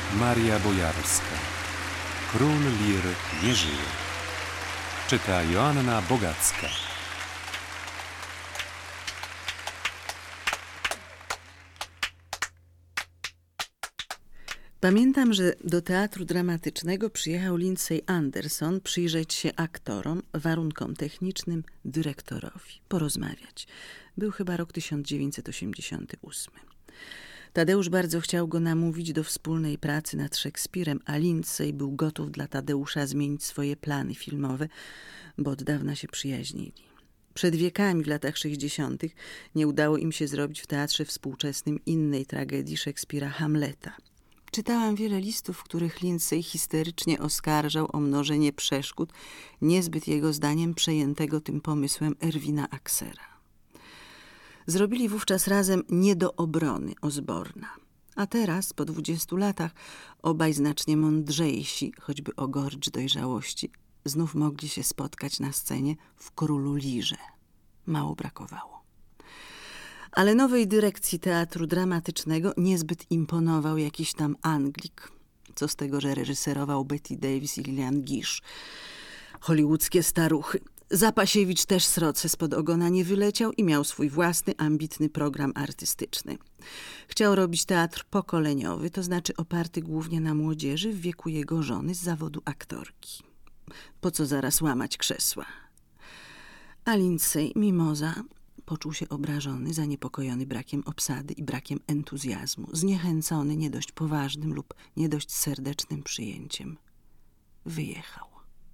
Maria Bojarska. Król Lir nie żyje. Czyta Joanna Bogacka. Pamiętam, że do Teatru Dramatycznego przyjechał Lindsay Anderson przyjrzeć się aktorom, warunkom technicznym, dyrektorowi, porozmawiać. Był chyba rok 1988. Tadeusz bardzo chciał go namówić do wspólnej pracy nad Szekspirem, a Lindsay był gotów dla Tadeusza zmienić swoje plany filmowe, bo od dawna się przyjaźnili. Przed wiekami, w latach 60., nie udało im się zrobić w teatrze współczesnym innej tragedii Szekspira, Hamleta. Czytałam wiele listów, w których Lindsay histerycznie oskarżał o mnożenie przeszkód niezbyt jego zdaniem przejętego tym pomysłem Erwina Axera. Zrobili wówczas razem Nie do obrony Osborna. A teraz, po 20 latach, obaj znacznie mądrzejsi, choćby o gorycz dojrzałości, znów mogli się spotkać na scenie w Królu Lirze. Mało brakowało. Ale nowej dyrekcji Teatru Dramatycznego niezbyt imponował jakiś tam Anglik. Co z tego, że reżyserował Bette Davis i Lillian Gish. Hollywoodzkie staruchy. Zapasiewicz też sroce spod ogona nie wyleciał i miał swój własny, ambitny program artystyczny. Chciał robić teatr pokoleniowy, to znaczy oparty głównie na młodzieży w wieku jego żony z zawodu aktorki. Po co zaraz łamać krzesła? A Lindsay, mimoza, poczuł się obrażony, zaniepokojony brakiem obsady i brakiem entuzjazmu, zniechęcony nie dość poważnym lub nie dość serdecznym przyjęciem. Wyjechał.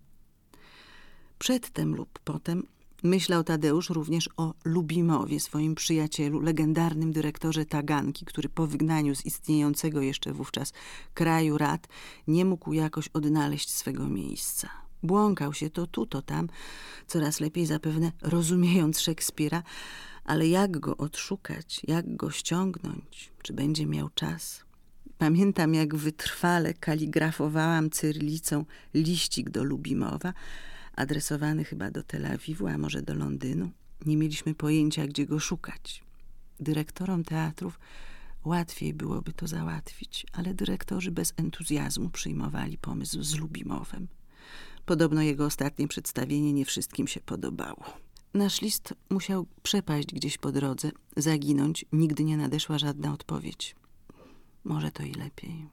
Przedtem lub potem myślał Tadeusz również o Lubimowie, swoim przyjacielu, legendarnym dyrektorze Taganki, który po wygnaniu z istniejącego jeszcze wówczas kraju rad nie mógł jakoś odnaleźć swego miejsca. Błąkał się to tu, to tam, coraz lepiej zapewne rozumiejąc Szekspira, ale jak go odszukać, jak go ściągnąć, czy będzie miał czas? Pamiętam, jak wytrwale kaligrafowałam cyrylicą liścik do Lubimowa, adresowany chyba do Tel Awiwu, a może do Londynu. Nie mieliśmy pojęcia, gdzie go szukać. Dyrektorom teatrów łatwiej byłoby to załatwić, ale dyrektorzy bez entuzjazmu przyjmowali pomysł z Lubimowem. Podobno jego ostatnie przedstawienie nie wszystkim się podobało. Nasz list musiał przepaść gdzieś po drodze, zaginąć. Nigdy nie nadeszła żadna odpowiedź. Może to i lepiej.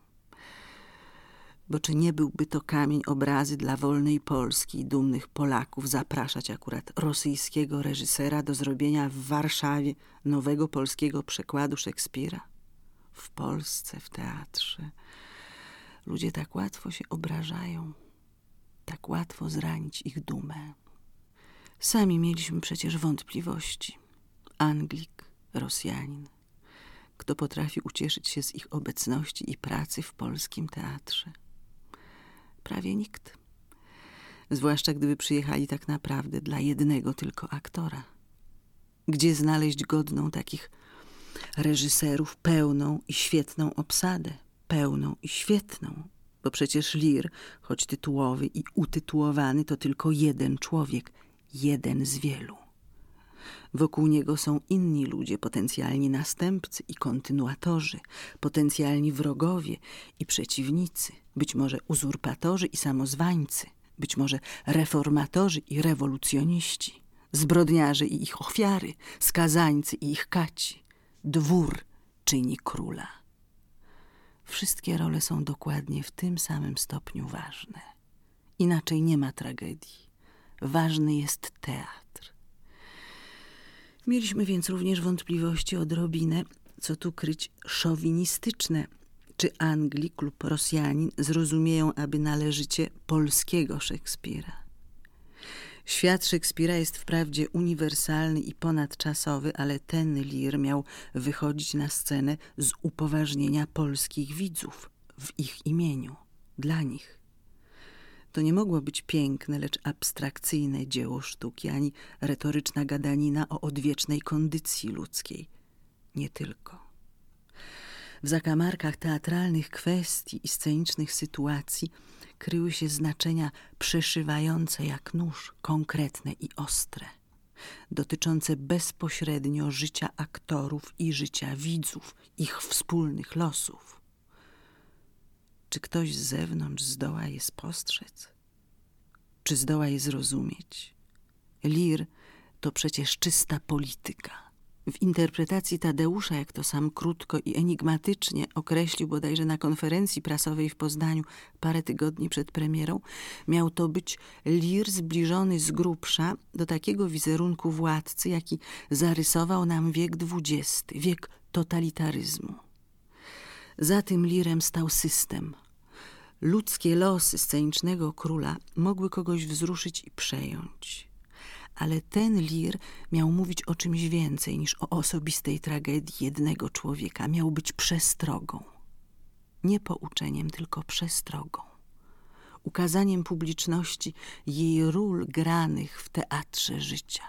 Bo czy nie byłby to kamień obrazy dla wolnej Polski i dumnych Polaków zapraszać akurat rosyjskiego reżysera do zrobienia w Warszawie nowego polskiego przekładu Szekspira? W Polsce, w teatrze. Ludzie tak łatwo się obrażają. Tak łatwo zranić ich dumę. Sami mieliśmy przecież wątpliwości. Anglik, Rosjanin. Kto potrafi ucieszyć się z ich obecności i pracy w polskim teatrze? Prawie nikt. Zwłaszcza gdyby przyjechali tak naprawdę dla jednego tylko aktora. Gdzie znaleźć godną takich reżyserów, pełną i świetną obsadę? Pełną i świetną. Bo przecież Lir, choć tytułowy i utytułowany, to tylko jeden człowiek, jeden z wielu. Wokół niego są inni ludzie, potencjalni następcy i kontynuatorzy, potencjalni wrogowie i przeciwnicy, być może uzurpatorzy i samozwańcy, być może reformatorzy i rewolucjoniści, zbrodniarze i ich ofiary, skazańcy i ich kaci. Dwór czyni króla. Wszystkie role są dokładnie w tym samym stopniu ważne. Inaczej nie ma tragedii. Ważny jest teatr. Mieliśmy więc również wątpliwości odrobinę, co tu kryć, szowinistyczne. Czy Anglik lub Rosjanin zrozumieją aby należycie polskiego Szekspira? Świat Szekspira jest wprawdzie uniwersalny i ponadczasowy, ale ten Lir miał wychodzić na scenę z upoważnienia polskich widzów w ich imieniu, dla nich. To nie mogło być piękne, lecz abstrakcyjne dzieło sztuki, ani retoryczna gadanina o odwiecznej kondycji ludzkiej. Nie tylko. W zakamarkach teatralnych kwestii i scenicznych sytuacji kryły się znaczenia przeszywające jak nóż, konkretne i ostre, dotyczące bezpośrednio życia aktorów i życia widzów, ich wspólnych losów. Czy ktoś z zewnątrz zdoła je spostrzec? Czy zdoła je zrozumieć? Lir to przecież czysta polityka. W interpretacji Tadeusza, jak to sam krótko i enigmatycznie określił bodajże na konferencji prasowej w Poznaniu parę tygodni przed premierą, miał to być Lir zbliżony z grubsza do takiego wizerunku władcy, jaki zarysował nam wiek XX, wiek totalitaryzmu. Za tym Lirem stał system. Ludzkie losy scenicznego króla mogły kogoś wzruszyć i przejąć. Ale ten Lir miał mówić o czymś więcej niż o osobistej tragedii jednego człowieka. Miał być przestrogą. Nie pouczeniem, tylko przestrogą. Ukazaniem publiczności jej ról granych w teatrze życia.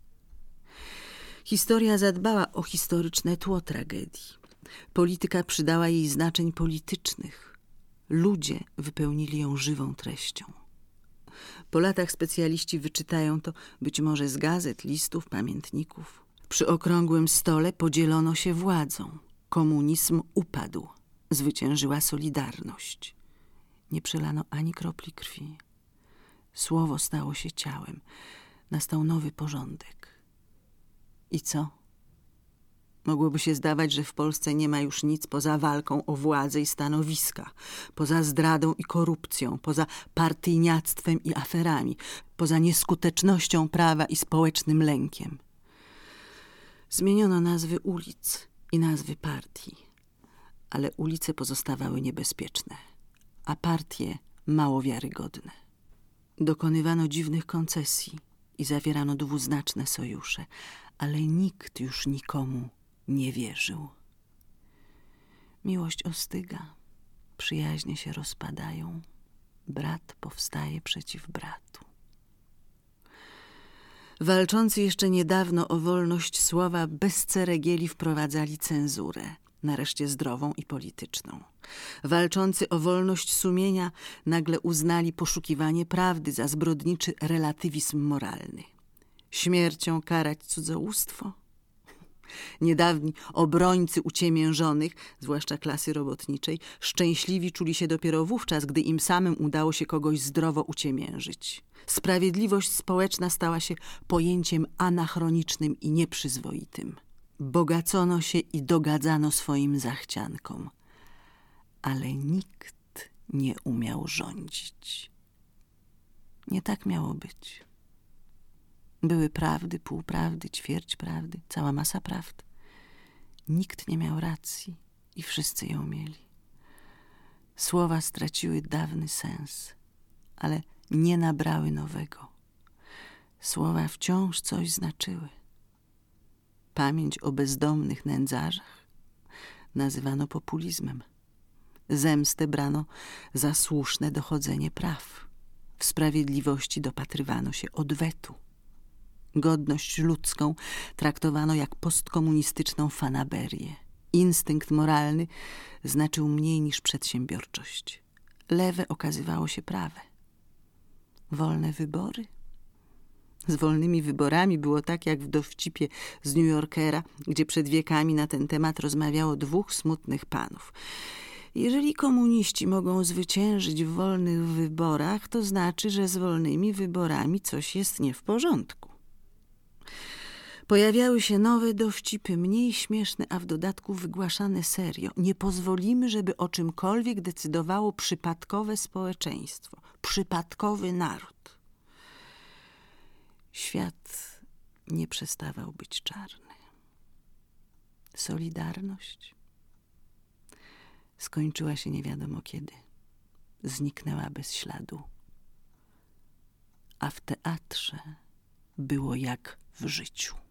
Historia zadbała o historyczne tło tragedii. Polityka przydała jej znaczeń politycznych. Ludzie wypełnili ją żywą treścią. Po latach specjaliści wyczytają to być może z gazet, listów, pamiętników. Przy okrągłym stole podzielono się władzą. Komunizm upadł. Zwyciężyła Solidarność. Nie przelano ani kropli krwi. Słowo stało się ciałem. Nastał nowy porządek. I co? Mogłoby się zdawać, że w Polsce nie ma już nic poza walką o władzę i stanowiska, poza zdradą i korupcją, poza partyjniactwem i aferami, poza nieskutecznością prawa i społecznym lękiem. Zmieniono nazwy ulic i nazwy partii, ale ulice pozostawały niebezpieczne, a partie mało wiarygodne. Dokonywano dziwnych koncesji i zawierano dwuznaczne sojusze, ale nikt już nikomu nie wierzył. Miłość ostyga, przyjaźnie się rozpadają, brat powstaje przeciw bratu. Walczący jeszcze niedawno o wolność słowa bez ceregieli wprowadzali cenzurę, nareszcie zdrową i polityczną. Walczący o wolność sumienia nagle uznali poszukiwanie prawdy za zbrodniczy relatywizm moralny. Śmiercią karać cudzołóstwo? Niedawni obrońcy uciemiężonych, zwłaszcza klasy robotniczej, szczęśliwi czuli się dopiero wówczas, gdy im samym udało się kogoś zdrowo uciemiężyć. Sprawiedliwość społeczna stała się pojęciem anachronicznym i nieprzyzwoitym. Bogacono się i dogadzano swoim zachciankom, ale nikt nie umiał rządzić. Nie tak miało być. Były prawdy, półprawdy, ćwierć prawdy, cała masa prawd. Nikt nie miał racji i wszyscy ją mieli. Słowa straciły dawny sens, ale nie nabrały nowego. Słowa wciąż coś znaczyły. Pamięć o bezdomnych nędzarzach nazywano populizmem. Zemstę brano za słuszne dochodzenie praw. W sprawiedliwości dopatrywano się odwetu. Godność ludzką traktowano jak postkomunistyczną fanaberię. Instynkt moralny znaczył mniej niż przedsiębiorczość. Lewe okazywało się prawe. Wolne wybory? Z wolnymi wyborami było tak jak w dowcipie z New Yorkera, gdzie przed wiekami na ten temat rozmawiało dwóch smutnych panów. Jeżeli komuniści mogą zwyciężyć w wolnych wyborach, to znaczy, że z wolnymi wyborami coś jest nie w porządku. Pojawiały się nowe dowcipy, mniej śmieszne, a w dodatku wygłaszane serio. Nie pozwolimy, żeby o czymkolwiek decydowało przypadkowe społeczeństwo, przypadkowy naród. Świat nie przestawał być czarny. Solidarność skończyła się nie wiadomo kiedy. Zniknęła bez śladu. A w teatrze było jak w życiu.